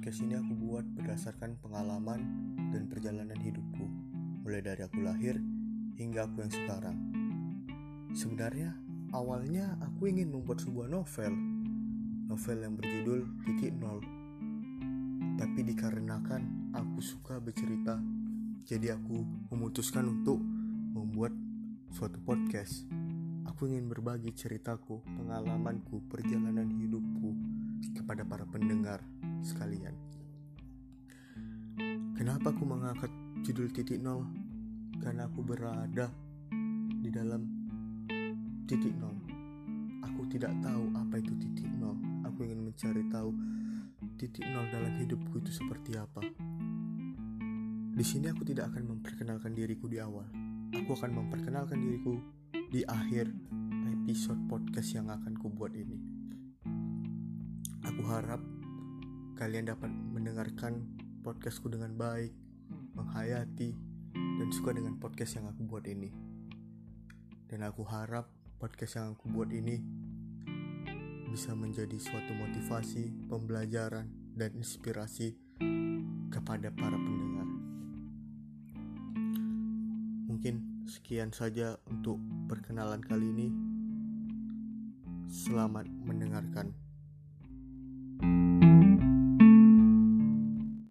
Podcast ini aku buat berdasarkan pengalaman dan perjalanan hidupku, mulai dari aku lahir hingga aku yang sekarang. Sebenarnya awalnya aku ingin membuat sebuah novel yang berjudul Titik Nol. Tapi dikarenakan aku suka bercerita, jadi aku memutuskan untuk membuat suatu podcast. Aku ingin berbagi ceritaku, pengalamanku, perjalanan hidupku kepada para pendengar sekalian. Kenapa aku mengangkat judul Titik Nol? Karena aku berada di dalam titik nol. Aku tidak tahu apa itu titik nol. Aku ingin mencari tahu titik nol dalam hidupku itu seperti apa. Di sini aku tidak akan memperkenalkan diriku di awal. Aku akan memperkenalkan diriku di akhir episode podcast yang akan kubuat ini. Aku harap kalian dapat mendengarkan podcastku dengan baik, menghayati, dan suka dengan podcast yang aku buat ini. Dan aku harap podcast yang aku buat ini bisa menjadi suatu motivasi, pembelajaran, dan inspirasi kepada para pendengar. Mungkin sekian saja untuk perkenalan kali ini. Selamat mendengarkan.